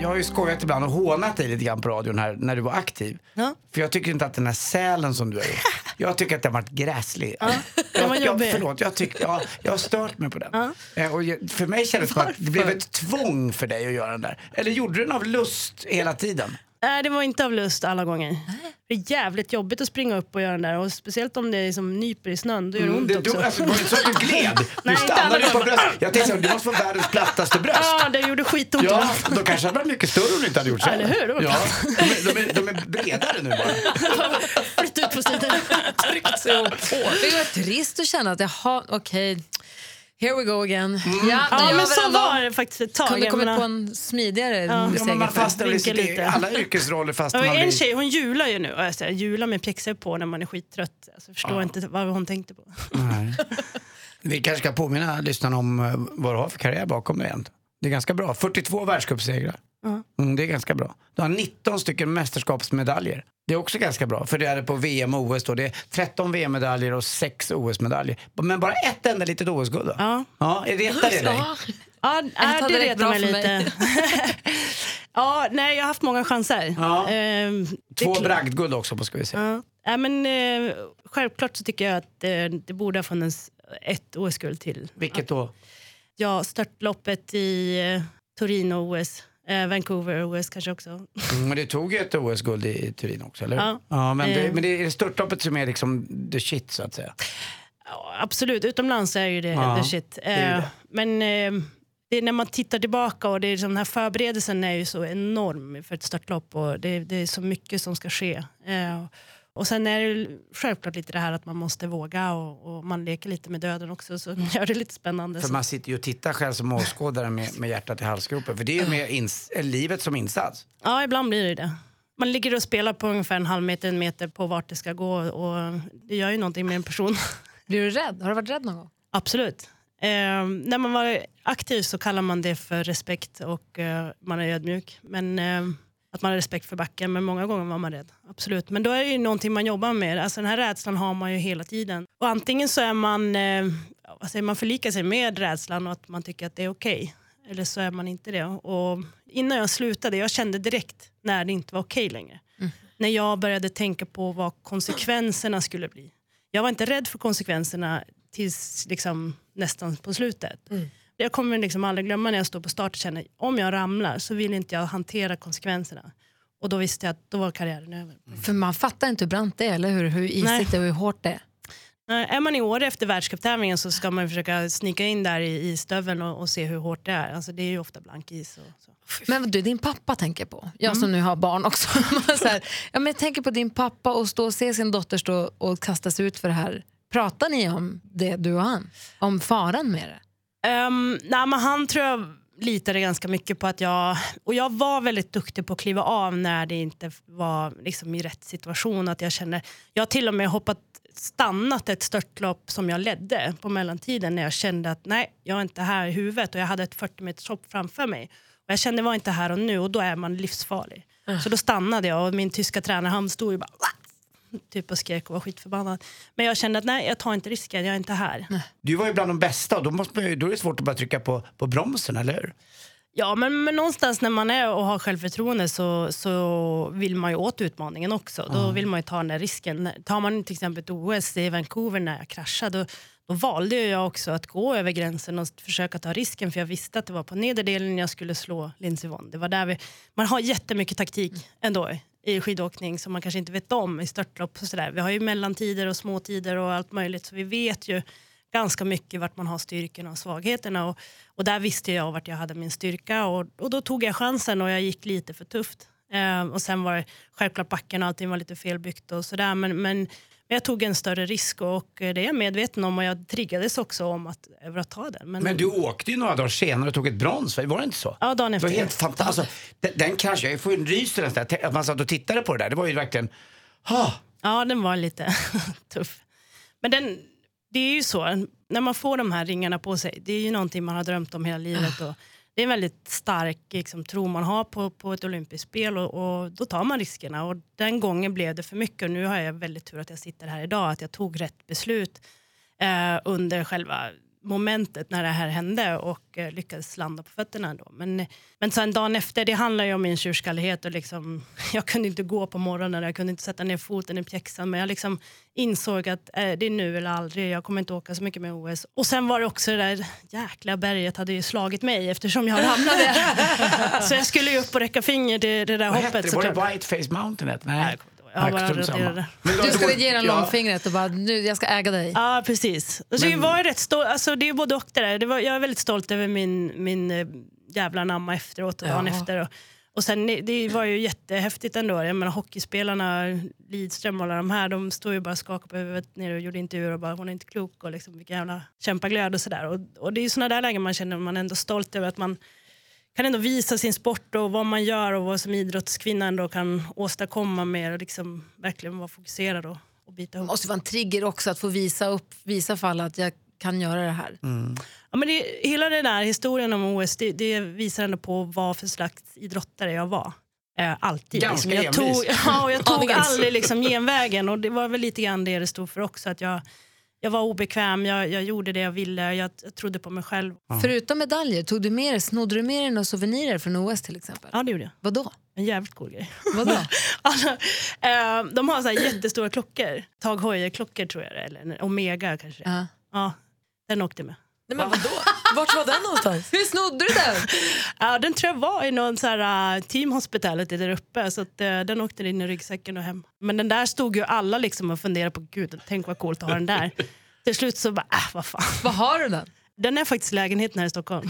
jag har ju skojat ibland och hånat dig lite grann på radion här när du var aktiv. Ja. För jag tycker inte att den här sälen som du har gjort, jag tycker att den har varit gräslig. Ja, den var jag, jag, jobbig. förlåt, jag, tyck, ja, jag har stört mig på den. Ja. Eh, Och jag, för mig kändes det som att det blev ett tvång för dig att göra den där. Eller gjorde du den av lust hela tiden? Nej, det var inte av lust alla gånger. Det är jävligt jobbigt att springa upp och göra den där. Och speciellt om det är som nyper i snön, då gör det ont det, också. Du, alltså, det var inte så att du gled. Du Nej, inte stannade alla på gånger. bröst. Jag tänkte att du måste få världens plattaste bröst. Ja, det gjorde skitont. Ja, då kanske det hade varit mycket större om du inte hade gjort så. Ja, eller hur? Det var Ja, de, är, de, är, de är bredare nu bara. Flytt ut på sidan. Tryckt sig ihop. Det var trist att känna att jaha, okej, okay, here we go again. Mm. Ja, Ja, gör men vi så ändå. var det faktiskt ett tag. Kunde Jag kommit menar- på en smidigare Ja. Ja, men man Segerfärd. fastnar i Vinka sitt- lite. alla yrkesroller fast Ja, man en blir... tjej, hon jular ju nu. Och jag säger, jular med pjäxor på när man är skittrött. Alltså, jag förstår Ja. inte vad hon tänkte på. Nej. Vi kanske ska påminna lyssnarna om eh, vad du har för karriär bakom dig egentligen. Det är ganska bra. fyrtiotvå världscupsegrar. Ja. Mm, det är ganska bra. Du har nitton stycken mästerskapsmedaljer. Det är också ganska bra. För det är på V M och O S då. Det är tretton V M-medaljer och sex O S-medaljer. Men bara ett enda litet O S-guld då? Ja. Ja, är retar det dig? Ja. Ja, hade det räckt retar bra mig för lite. Ja, nej, jag har haft många chanser. Ja. Ehm, det är Två klart. bragdguld också på, ska vi se. Ja. Ja, men, eh, självklart så tycker jag att eh, det borde ha funnits ett O S-guld till. Vilket då? Ja, störtloppet i eh, Torino-O S. Eh, Vancouver-O S kanske också. Mm, men det tog ju ett O S-guld i Turin också, eller? Ja. Ja, men, det, Eh. men det är störtloppet som är liksom the shit, så att säga. Ja, absolut, utomlands är ju det Ja, the shit. är ju Eh, det. men eh, det är när man tittar tillbaka och det är liksom, den här förberedelsen är ju så enorm för ett störtlopp och det, det är så mycket som ska ske. Eh, och sen är det självklart lite det här att man måste våga och, och man leker lite med döden också, så gör det lite spännande. För Så. man sitter ju och tittar själv som åskådare med, med hjärtat i halsgropen. För det är ju med ins- är livet som insats. Ja, ibland blir det det. Man ligger och spelar på ungefär en halv meter, en meter på vart det ska gå och det gör ju någonting med en person. Blir du rädd? Har du varit rädd någon gång? Absolut. Eh, när man var aktiv så kallar man det för respekt och eh, man är ödmjuk. Men eh, att man har respekt för backen, men många gånger var man rädd. Absolut. Men då är det ju någonting man jobbar med. Alltså den här rädslan har man ju hela tiden. Och antingen så är man, eh, vad säger man förlikar sig med rädslan och att man tycker att det är okej. Eller så är man inte det. Och innan jag slutade, jag kände direkt när det inte var okej längre. Mm. När jag började tänka på vad konsekvenserna skulle bli. Jag var inte rädd för konsekvenserna tills liksom nästan på slutet. Mm. Jag kommer liksom aldrig glömma när jag står på start och känner om jag ramlar så vill inte jag hantera konsekvenserna. Och då visste jag att då var karriären över. Mm. För man fattar inte hur brant det är, eller hur, hur isigt det är och hur hårt det är. Är man i år efter världscuptävlingen så ska man försöka snika in där i, i stöveln och, och se hur hårt det är. Alltså det är ju ofta blank is. Och så. Men du, din pappa tänker på. Jag som nu har barn också. så här, ja, men jag tänker på din pappa och stå och se sin dotter stå och kastas ut för det här. Pratar ni om det, du och han? Om faran med det? Um, nej, men han tror jag litade ganska mycket på att jag... Och jag var väldigt duktig på att kliva av när det inte var liksom i rätt situation. Att jag känner, jag har till och med hoppat stannat ett störtlopp som jag ledde på mellantiden när jag kände att nej, jag är inte här i huvudet och jag hade ett fyrtio meters hopp framför mig. Och jag kände det var inte här och nu och då är man livsfarlig. Mm. Så då stannade jag och min tyska tränare han stod ju bara typ och skrek och var skitförbannad. Men jag kände att nej, jag tar inte risken, jag är inte här. Nej. Du var ju bland de bästa och då, måste man ju, då är det svårt att bara trycka på, på bromsen, eller hur? Ja, men, men någonstans när man är och har självförtroende så, så vill man ju åt utmaningen också. Då Mm. vill man ju ta den där risken. Tar man till exempel ett O S i Vancouver när jag kraschade, då, då valde jag också att gå över gränsen och försöka ta risken, för jag visste att det var på nederdelen jag skulle slå Lindsey Vonn. Det var där vi, man har jättemycket taktik ändå i skidåkning som man kanske inte vet om i störtlopp och sådär. Vi har ju mellantider och småtider och allt möjligt, så vi vet ju ganska mycket vart man har styrkorna och svagheterna och, och där visste jag vart jag hade min styrka och, och då tog jag chansen och jag gick lite för tufft. Eh, och sen var det självklart backen och allting var lite felbyggt och sådär, men, men jag tog en större risk och det är jag medveten om och jag triggades också om att, över att ta den. Men, Men du åkte ju några dagar senare och tog ett brons, var det inte så? Ja, dagen Det efter. var helt fantastiskt. Alltså, den, den kanske, jag får en rys till den där, att man satt och tittade på det där, det var ju verkligen, ha! Ja, den var lite tuff. Men den, det är ju så, när man får de här ringarna på sig, det är ju någonting man har drömt om hela livet och det är en väldigt stark liksom, tro man har på, på ett olympiskt spel och, och då tar man riskerna och den gången blev det för mycket och nu har jag väldigt tur att jag sitter här idag, att jag tog rätt beslut eh, under själva momentet när det här hände och eh, lyckades landa på fötterna ändå. Men, men sen dagen efter, det handlar ju om min tjurskallighet och liksom, jag kunde inte gå på morgonen, jag kunde inte sätta ner foten i pjäxan, men jag liksom insåg att eh, det är nu eller aldrig, jag kommer inte åka så mycket med O S. Och sen var det också det där jäkla berget hade ju slagit mig eftersom jag ramlade. Så jag skulle ju upp och räcka finger till det där Vad hoppet. hette det? Var det Whiteface Mountain? Nej. Jag bara strunt samma. raderade. Du skulle ge den långfingret och bara, nu, jag ska äga dig. Ja, precis. Alltså, jag var ju rätt stolt, alltså, det är både och det där. Det var, jag är väldigt stolt över min, min äh, jävla namma efteråt och dagen Ja. efter. Och, och sen, det var ju jättehäftigt ändå. Jag menar, hockeyspelarna, Lidström och alla de här, de stod ju bara skakade på huvudet ner och gjorde intervjuer och bara, hon är inte klok och liksom, vilken jävla kämpaglöd och sådär. Och, och det är ju såna där lägen man känner man är ändå stolt över att man kan ändå visa sin sport och vad man gör och vad som idrottskvinna ändå kan åstadkomma med och liksom verkligen vara fokuserad och, och bita ihop. Det måste vara en trigger också att få visa upp, visa för alla att jag kan göra det här. Mm. Ja, men det, hela den där historien om O S, det, det visar ändå på vad för slags idrottare jag var. Eh, alltid. Ganska liksom. jag envis. tog, ja, och jag tog Envis. aldrig liksom genvägen och det var väl lite grann det det stod för också. Att jag, jag var obekväm, jag, jag gjorde det jag ville, jag, jag trodde på mig själv. Förutom medaljer, tog du med dig, snodde du med dig några souvenirer från O S till exempel? Ja, det gjorde jag. Vadå? En jävligt cool grej. Vadå? Alltså, eh, de har så här jättestora klockor. Tag Heuer-klockor tror jag det är, eller en Omega kanske. Ja. Ja, den åkte med. Nej, men vadå? Vart var den någonstans? Hur snodde du den? Ja, den tror jag var i någon så här uh, team hospitality där uppe, så att, uh, den åkte in i ryggsäcken och hem. Men den där stod ju alla liksom och funderade på, gud, tänk vad coolt att ha den där. Till slut så bara, äh, vad fan. Vad har du den? Den är faktiskt lägenheten här i Stockholm.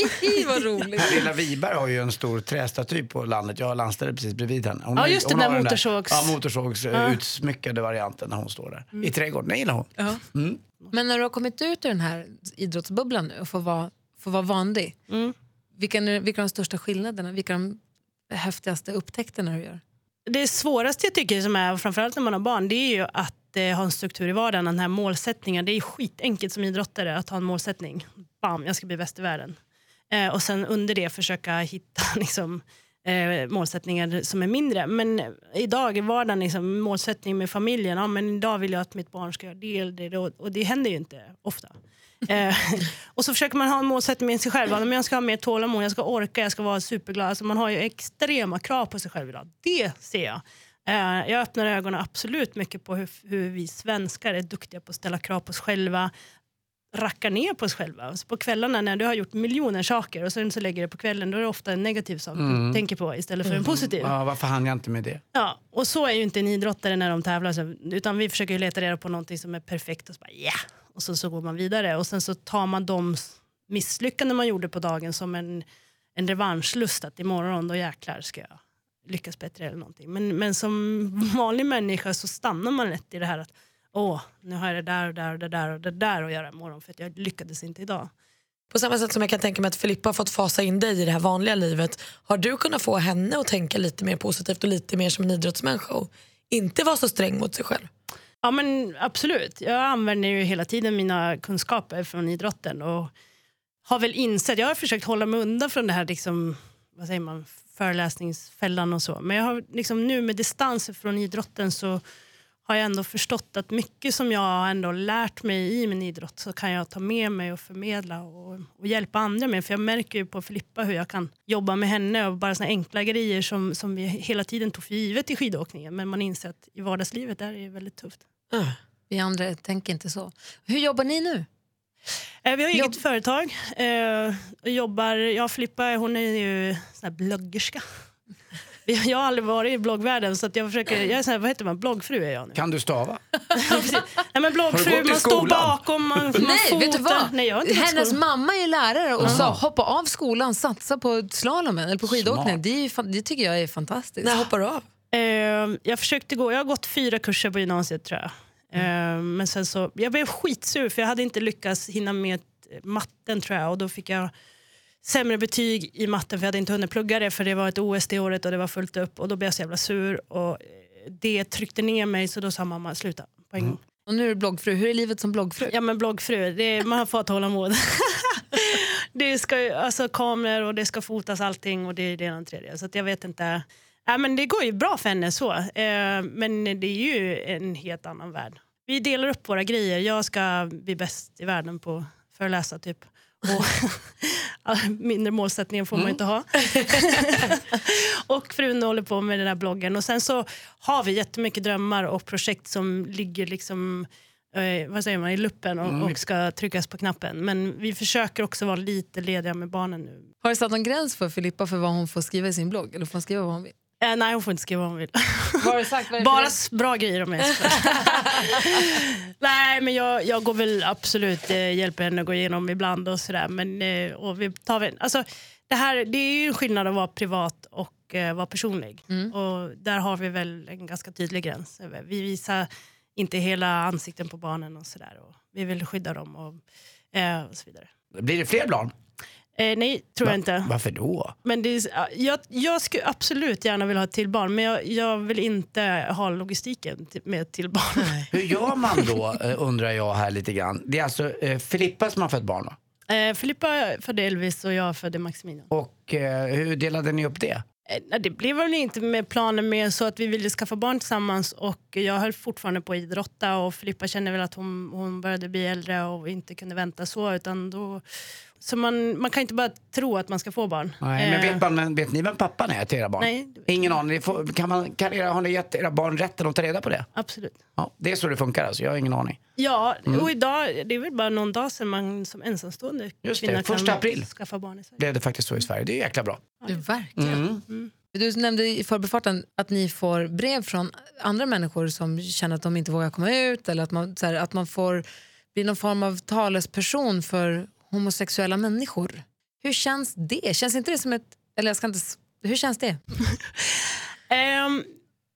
Vad roligt. Här lilla Viberg har ju en stor trästaty på landet. Jag har landstället precis bredvid henne. Hon Ja, har- just det, hon där har den motorsågs- Ja, motorsågs Ja. utsmyckade varianten när hon står där. I trädgården, det gillar hon. Ja. Mm. Men när du har kommit ut ur den här idrottsbubblan nu och får vara, får vara vanlig, Mm. vilka, är, vilka är de största skillnaderna? Vilka är de häftigaste upptäckterna du gör? Det svåraste jag tycker, som är framförallt när man har barn, det är ju att eh, ha en struktur i vardagen. Den här målsättningen, det är skitenkelt som idrottare att ha en målsättning. Bam, jag ska bli bäst i världen. Eh, och sen under det försöka hitta liksom, eh, målsättningar som är mindre. Men idag i vardagen, liksom, målsättning med familjen. Ja, men idag vill jag att mitt barn ska göra det, det, det och det händer ju inte ofta. eh, och så försöker man ha en målsättning med sig själv. Men jag ska ha mer tålamod, jag ska orka, jag ska vara superglad. Alltså man har ju extrema krav på sig själv idag. Det ser jag. Eh, jag öppnar ögonen absolut mycket på hur, hur vi svenskar är duktiga på att ställa krav på oss själva. Rackar ner på oss själva. Alltså på kvällarna när du har gjort miljoner saker och sen så lägger det på kvällen, då är det ofta en negativ sak Mm. du tänker på istället för en positiv. Ja, varför hann jag inte med det? Ja, och så är ju inte en idrottare när de tävlar, så, utan vi försöker ju leta reda på någonting som är perfekt och så bara yeah! Och så, så går man vidare och sen så tar man de misslyckanden man gjorde på dagen som en, en revanschlust, att imorgon då jäklar ska jag lyckas bättre eller någonting. Men, men som vanlig människa så stannar man lätt i det här att åh, nu har jag det där och där och det där och det där att göra imorgon för att jag lyckades inte idag. På samma sätt som jag kan tänka mig att Filippa har fått fasa in dig i det här vanliga livet, har du kunnat få henne att tänka lite mer positivt och lite mer som en idrottsmänniska och inte vara så sträng mot sig själv? Ja, men absolut. Jag använder ju hela tiden mina kunskaper från idrotten och har väl insett, jag har försökt hålla mig undan från det här liksom, vad säger man, föreläsningsfällan och så. Men jag har liksom nu med distans från idrotten så har jag ändå förstått att mycket som jag har ändå lärt mig i min idrott så kan jag ta med mig och förmedla och, och hjälpa andra med. För jag märker ju på Filippa hur jag kan jobba med henne och bara såna enkla grejer som, som vi hela tiden tog för givet i skidåkningen. Men man inser att i vardagslivet där är det väldigt tufft. Uh. Vi andra tänker inte så. Hur jobbar ni nu? Eh, vi har eget Jobb- företag. Eh, och jobbar, jag Filippa, hon är ju sån här bloggerska. Jag har aldrig varit i bloggvärlden så att jag försöker, jag är sån här, vad heter man, bloggfru är jag nu. Kan du stava? Nej, men Har du bloggfru, gått i man står skolan? bakom, man, man Nej, fotar. vet du vad? Nej, jag har inte gått i Hennes skolan. mamma är lärare och sa hoppa av skolan, satsa på slalomen eller på skidåkningen. Smart. Det, är ju, fan- det tycker jag är fantastiskt. När hoppar du av? Eh, jag försökte gå, jag har gått fyra kurser på gymnasiet tror jag. Eh, men sen så, jag blev skitsur för jag hade inte lyckats hinna med matten tror jag. Och då fick jag sämre betyg i matten för jag hade inte hunnit plugga det för det var ett O S det året och det var fullt upp. Och då blev jag så jävla sur och det tryckte ner mig så då sa mamma sluta på en gång. Och nu är du bloggfru. Hur är livet som bloggfru? Ja men bloggfru, det är, man har fått hålla mod. Det ska ju, alltså kameror och det ska fotas allting och det är det ena och tredje. Så att jag vet inte. Ja, men det går ju bra för henne så. Eh, men det är ju en helt annan värld. Vi delar upp våra grejer. Jag ska bli bäst i världen på föreläsa typ. Och mindre målsättningar får man inte ha. Och frun håller på med den här bloggen. Och sen så har vi jättemycket drömmar och projekt som ligger liksom eh, vad säger man, i luppen och, mm. och ska tryckas på knappen. Men vi försöker också vara lite lediga med barnen nu. Har du satt någon gräns för Filippa för vad hon får skriva i sin blogg? Eller får hon skriva vad hon vill? Eh, nej, hon får inte skriva vad hon vill. Vad har du sagt? Vad Bara bra grejer om jag Nej, men jag, jag går väl absolut eh, hjälper henne att gå igenom ibland och sådär. Men eh, och vi tar väl, alltså, det, här, det är ju en skillnad att vara privat och eh, vara personlig. Mm. Och där har vi väl en ganska tydlig gräns. Vi visar inte hela ansikten på barnen och sådär. Och vi vill skydda dem och, eh, och så vidare. Blir det fler barn? Eh, nej, tror Va? jag inte. Varför då? Men det är, jag, jag skulle absolut gärna vilja ha ett till barn. Men jag, jag vill inte ha logistiken till, med ett till barn. Hur gör man då, undrar jag här lite grann. Det är alltså eh, Filippa som har fött barn då? Eh, Filippa födde Elvis och jag födde Maximilian. Och eh, hur delade ni upp det? Eh, det blev väl inte med planen med så att vi ville skaffa barn tillsammans. Och jag höll fortfarande på att idrotta. Och Filippa kände väl att hon, hon började bli äldre och inte kunde vänta så. Utan då... Så man, man kan inte bara tro att man ska få barn. Nej, men vet, man, men vet ni vem pappan är till era barn? Nej. Ingen aning. Får, kan man, kan era, har ni gett era barn rätten att ta reda på det? Absolut. Ja, det är så det funkar alltså, jag har ingen aning. Ja, mm. och idag, det är väl bara någon dag sedan man som ensamstående Just kvinna det, första april kan skaffa barn i Sverige. Blev det faktiskt så i Sverige, det är jäkla bra. Det är verkligen. Mm. Mm. Du nämnde i förbifarten att ni får brev från andra människor som känner att de inte vågar komma ut. Eller att man, så här, att man får bli någon form av talesperson för homosexuella människor. Hur känns det? Känns inte det som ett... Eller jag ska inte... Hur känns det? um,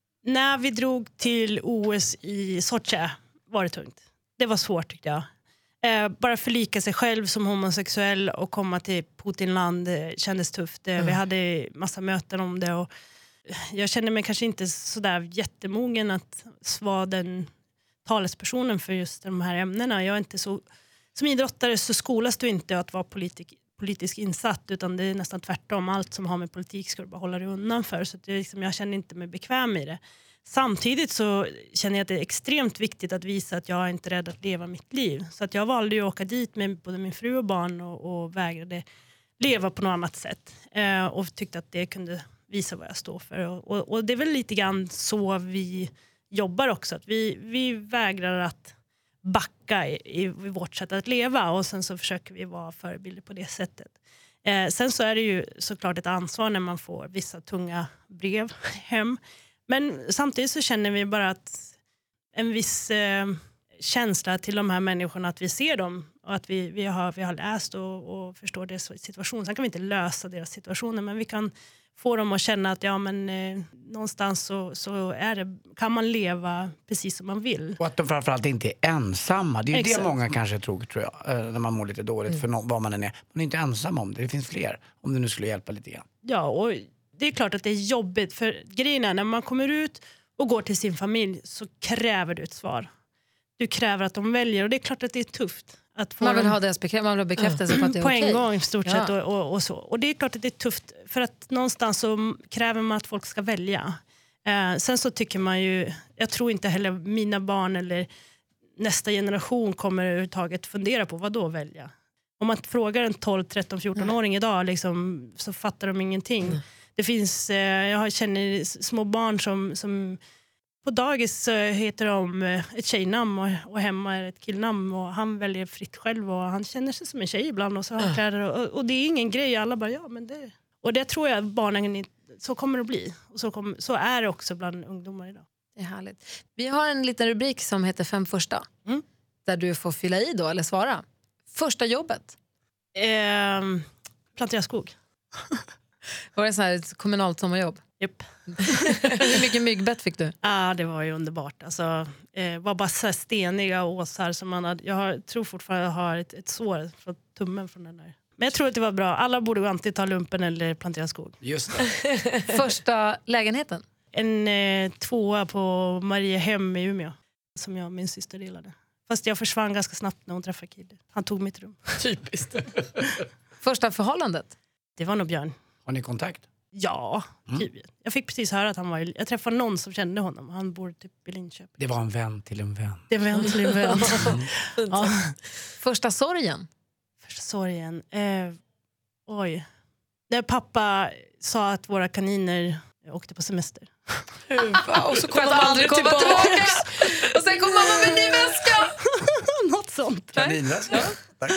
när vi drog till O S i Sochi var det tungt. Det var svårt tyckte jag. Uh, bara förlika sig själv som homosexuell och komma till Putinland uh, kändes tufft. Uh, mm. Vi hade massa möten om det och jag kände mig kanske inte sådär jättemogen att vara den talespersonen för just de här ämnena. Jag är inte så... Som idrottare så skolas du inte att vara politik, politisk insatt utan det är nästan tvärtom. Allt som har med politik ska du bara hålla dig undan för. Så att det liksom, jag känner inte mig bekväm i det. Samtidigt så känner jag att det är extremt viktigt att visa att jag är inte rädd att leva mitt liv. Så att jag valde ju att åka dit med både min fru och barn och, och vägrade leva på något annat sätt. Eh, och tyckte att det kunde visa vad jag står för. Och, och, och det är väl lite grann så vi jobbar också. Att vi, vi vägrar att backa i, i vårt sätt att leva och sen så försöker vi vara förebilder på det sättet. Eh, sen så är det ju såklart ett ansvar när man får vissa tunga brev hem. Men samtidigt så känner vi bara att en viss eh, känsla till de här människorna att vi ser dem och att vi, vi, har, vi har läst och, och förstår deras situation. Sen kan vi inte lösa deras situationer men vi kan få dem att känna att ja, men, eh, någonstans så, så är det, kan man leva precis som man vill. Och att de framförallt inte är ensamma. Det är ju Exakt. det många kanske tror, tror jag, när man mår lite dåligt mm. för no- vad man än är. Man är inte ensam om det, det finns fler. Om det nu skulle hjälpa lite grann. Ja, och det är klart att det är jobbigt. För grejen är, när man kommer ut och går till sin familj så kräver du ett svar. Du kräver att de väljer och det är klart att det är tufft. Att få man vill dem... ha deras bekrä- man vill bekräftelse uh. på att det är på okej. en gång i stort sett ja. och, och, och så. Och det är klart att det är tufft för att någonstans så kräver man att folk ska välja. Eh, sen så tycker man ju, jag tror inte heller mina barn eller nästa generation kommer överhuvudtaget fundera på vad då välja. Om man frågar en tolv, tretton, fjorton-åring mm. idag liksom, så fattar de ingenting. Mm. Det finns, eh, jag känner små barn som, som på dagis heter de ett tjejnamn och, och hemma är ett killnamn och han väljer fritt själv och han känner sig som en tjej ibland och så har kläder och, och det är ingen grej, alla bara ja men det, och det tror jag barnen, så kommer det att bli och så, kom, så är det också bland ungdomar idag. Det är härligt. Vi har en liten rubrik som heter Fem första mm. där du får fylla i då eller svara. Första jobbet? Eh, plantera skog. Var det så här ett kommunalt sommarjobb? Japp. Hur mycket myggbett fick du? Ja, ah, det var ju underbart. Alltså, eh, var bara så steniga åsar som man hade. Jag har, tror fortfarande jag har ett, ett sår från tummen från den där. Men jag tror att det var bra. Alla borde antingen ta lumpen eller plantera skog. Just det. Första lägenheten? En eh, tvåa på Mariehem i Umeå. Som jag och min syster delade. Fast jag försvann ganska snabbt när hon träffade Kid. Han tog mitt rum. Typiskt. Första förhållandet? Det var nog Björn. Har ni kontakt? Ja, mm. Jag fick precis höra att han var... Jag träffade någon som kände honom. Han bor typ i Linköping. Det var en vän till en vän. Det var en vän till en vän. ja. Första sorgen? Första sorgen. Eh, oj. När pappa sa att våra kaniner åkte på semester. Och så kommer de aldrig komma tillbaka. Och sen kommer mamma med en ny väska. Något sånt. Kaninväska. Tack.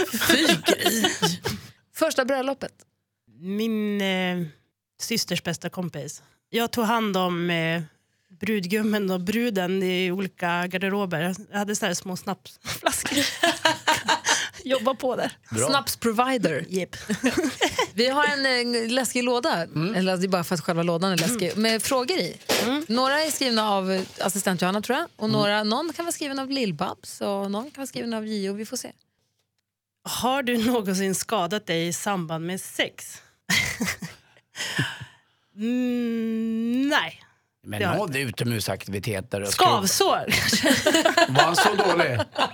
Första bröllopet. Min eh, systers bästa kompis. Jag tog hand om eh, brudgummen och bruden i olika garderober. Jag hade så här små snapsflaskor. Jobba på där. Snapsprovider. Yep. Vi har en, en läskig låda. Mm. Eller det är bara för att själva lådan är läskig. Mm. Med frågor i. Mm. Några är skrivna av assistent Johanna, tror jag. Och mm. några, någon kan vara skriven av Lill-Babs. Och någon kan vara skriven av Gio. Vi får se. Har du någonsin skadat dig i samband med sex? mm, nej. Men någon utomhusaktiviteter. Skavsår. Var han så dålig?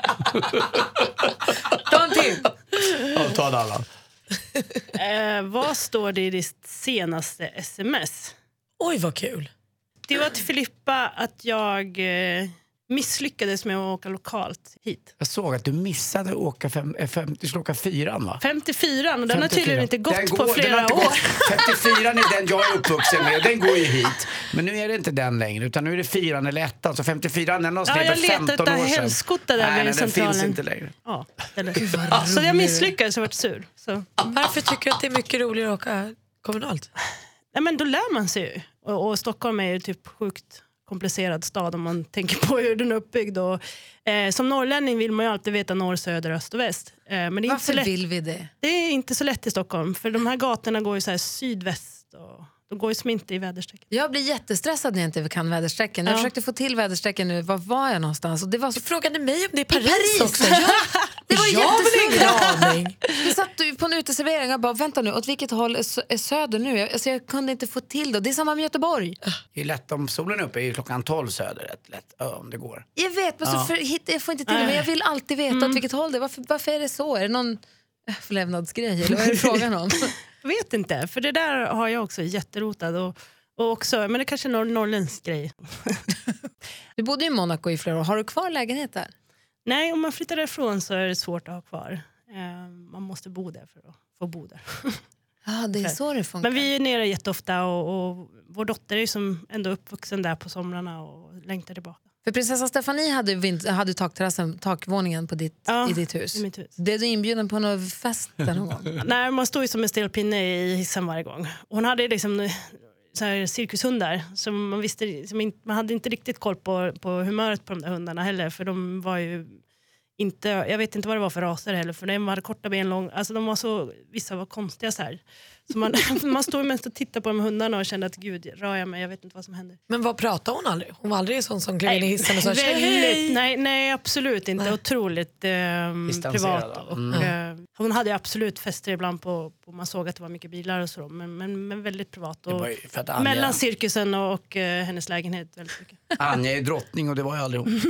Ta en till. Ja, ta det alla. eh, vad står det i ditt senaste sms? Oj, vad kul. Det var till Filippa att jag eh, misslyckades med att åka lokalt hit. Jag såg att du missade att åka fem, fem, du skulle åka fyran, va? femtiofyran, och den har tydligen inte gått den på går, flera år. Gått. femtiofyran är den jag är uppvuxen med, den går ju hit. Men nu är det inte den längre, utan nu är det fyran eller ettan. Så femtiofyran är någonstans ja, för femton år sedan. Jag letade efter helskotta där nej, vid nej, den centralen. finns inte längre. Ja, eller, så jag misslyckades och varit sur. Så. Varför tycker du att det är mycket roligare att åka kommunalt? Nej, men då lär man sig ju. Och, och Stockholm är ju typ sjukt komplicerad stad om man tänker på hur den är uppbyggd. Och, eh, som norrlänning vill man ju alltid veta norr, söder, öst och väst. Eh, men det är Varför inte så lätt. vill vi det? Det är inte så lätt i Stockholm. För de här gatorna går ju så här sydväst. Och de går ju som inte i väderstrecken. Jag blir jättestressad när jag inte kan väderstrecken. Jag Ja. försökte få till väderstrecken nu. Var var jag någonstans? Och det var så... Du frågade mig om det är Paris, Paris också. Ja, det var jag har väl ingen aning. Vi satt på en uteservering och bara, vänta nu, åt vilket håll är, sö- är söder nu? Jag, alltså, jag kunde inte få till det. Det är samma med Göteborg. Det är lätt om solen är uppe, är klockan tolv söder rätt lätt, ja, om det går. Jag vet, men så Ja. för, hit, jag får inte till det. Men jag vill alltid veta Mm. åt vilket håll det är. Varför, varför är det så? Är det någon förlevnadsgrej? Eller vad är det frågan om? Jag vet inte, för det där har jag också jätterotad. Och, och också, men det kanske är någon norrländsk grej. Du bodde i Monaco i flera år. Har du kvar lägenhet där? Nej, om man flyttar därifrån så är det svårt att ha kvar. Eh, man måste bo där för att få bo där. Ja, det är så det funkar. Men vi är nere jätteofta och, och vår dotter är ju som ändå uppvuxen där på somrarna och längtar tillbaka. För prinsessa Stefanie hade, vind, hade takterrassen, takvåningen på ditt, Ja, i ditt hus. i mitt hus. Blev du inbjuden på någon fest någon gång? Nej, man står ju som en stelpinne i hissen varje gång. Och hon hade liksom så här cirkushundar. Så man, visste, som inte, man hade inte riktigt koll på, på humöret på de där hundarna heller. För de var ju inte, jag vet inte vad det var för raser heller. För de hade korta ben, lång, alltså de var så, vissa var konstiga så här. Så man, man står ju mest och tittar på de hundarna och kände att gud, rör jag mig, jag vet inte vad som händer. Men vad pratar hon aldrig? Hon var aldrig sån som klev in i hissen och sa väldigt, nej, nej, absolut inte. Nej. Otroligt eh, privat. Och, mm. eh, hon hade ju absolut fester ibland på, på, man såg att det var mycket bilar och så, men, men, men väldigt privat. Och Anja, mellan cirkusen och, och eh, hennes lägenhet väldigt mycket. Anja är drottning och det var ju aldrig hon.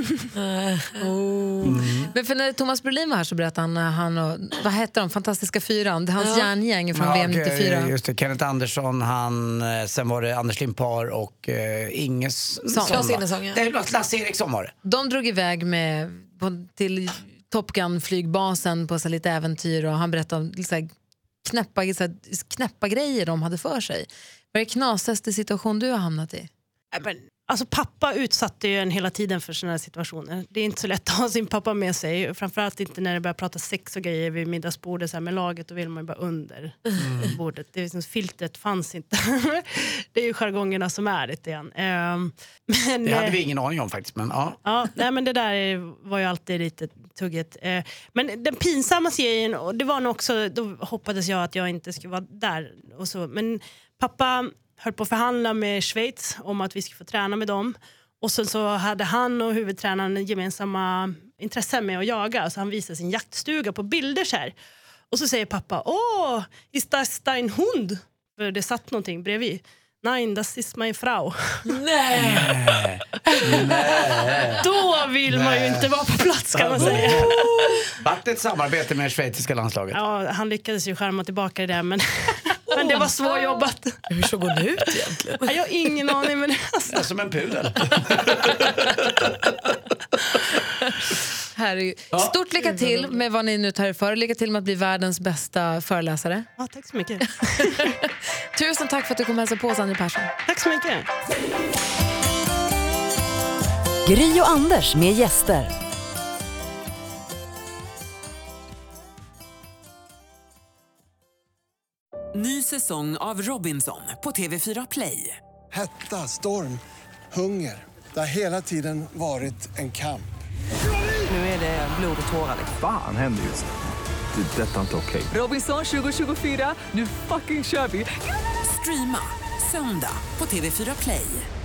oh. mm. Men för när Thomas Brolin var här så berättade han, han och, vad heter de, Fantastiska fyran, det är hans ja. järngäng från ja, V M nittiofyra. Just det, Kenneth Andersson, han, sen var det Anders Limpar och uh, Inges Lasse ja. Lasse Eriksson var det. De drog iväg med på, till Top Gun-flygbasen på så lite äventyr och han berättade om så här, knäppa, så här, knäppa grejer de hade för sig. Vad är det knasigaste situation du har hamnat i? Men, alltså pappa utsatte ju en hela tiden för såna här situationer. Det är inte så lätt att ha sin pappa med sig. Framförallt inte när det börjar prata sex och grejer vid middagsbordet så här med laget. Då vill man ju bara under mm. bordet. Det är liksom, filtret fanns inte. Det är ju jargongerna som är lite igen. Um, men, det hade vi ingen aning om faktiskt. Men, ja. Ja, nej, men det där var ju alltid lite tugget. Uh, men den pinsamma grejen, och det var nog också, då hoppades jag att jag inte skulle vara där. Och så. Men pappa höll på att förhandla med Schweiz om att vi skulle få träna med dem. Och sen så hade han och huvudtränaren gemensamma intressen med att jaga. Så han visade sin jaktstuga på bilder så här. Och så säger pappa, åh, ist das dein Hund? För det satt någonting bredvid. Nein, das ist mein Frau. Nej. Nej. Då vill man ju inte vara på plats kan man säga. Vart det ett samarbete med det schweiziska landslaget? Ja, han lyckades ju skärma tillbaka det där, men... Men det var svårjobbat. Hur såg hon ut egentligen? Jag har ingen aning. Men alltså... ja, som en pudel. Harry. Stort lycka till med vad ni nu tar er för. Lycka till med att bli världens bästa föreläsare. Ja, tack så mycket. Tusen tack för att du kom och hälsade på oss, Anja Persson. Tack så mycket. Gry och Anders med gäster. Ny säsong av Robinson på T V fyra Play. Hetta, storm, hunger. Det har hela tiden varit en kamp. Nu är det blod och tårar. Fan händer just det. Det är detta inte okej. Robinson tjugo tjugofyra, nu fucking kör vi. Streama söndag på T V fyra Play.